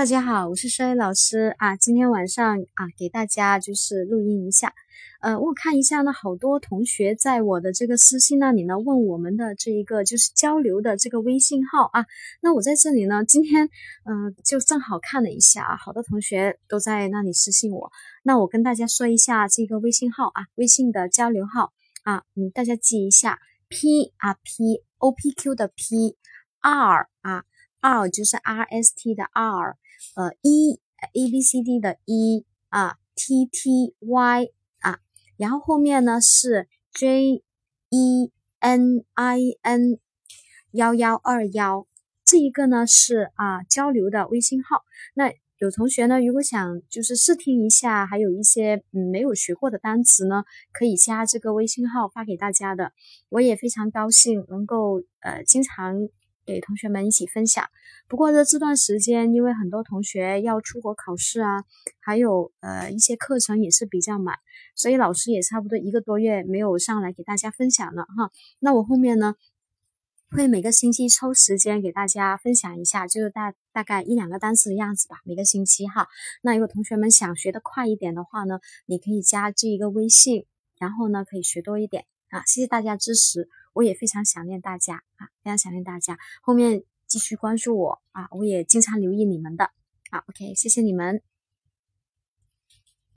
大家好，我是衰老师啊。今天晚上给大家就是录音一下。我看一下呢，好多同学在我的这个私信那里呢问我们的这一个就是交流的这个微信号啊。那我在这里呢，今天就正好看了一下啊，好多同学都在那里私信我。那我跟大家说一下这个微信号啊，微信的交流号啊，大家记一下 POPQ 的 P，R 就是 RST 的 R，ABCD 的 TTY 啊，然后后面呢是 JENIN1121，这一个呢是交流的微信号。那有同学呢，如果想就是试听一下，还有一些没有学过的单词呢，可以加这个微信号发给大家的。我也非常高兴能够经常给同学们一起分享。不过这段时间，因为很多同学要出国考试啊，还有一些课程也是比较满，所以老师也差不多1个多月没有上来给大家分享了哈。那我后面呢，会每个星期抽时间给大家分享一下，就是大概1-2个单词的样子吧，每个星期哈。那如果同学们想学得快一点的话呢，你可以加这一个微信，然后呢可以学多一点啊。谢谢大家支持，我也非常想念大家啊，非常想念大家。后面继续关注我啊，我也经常留意你们的啊。OK， 谢谢你们。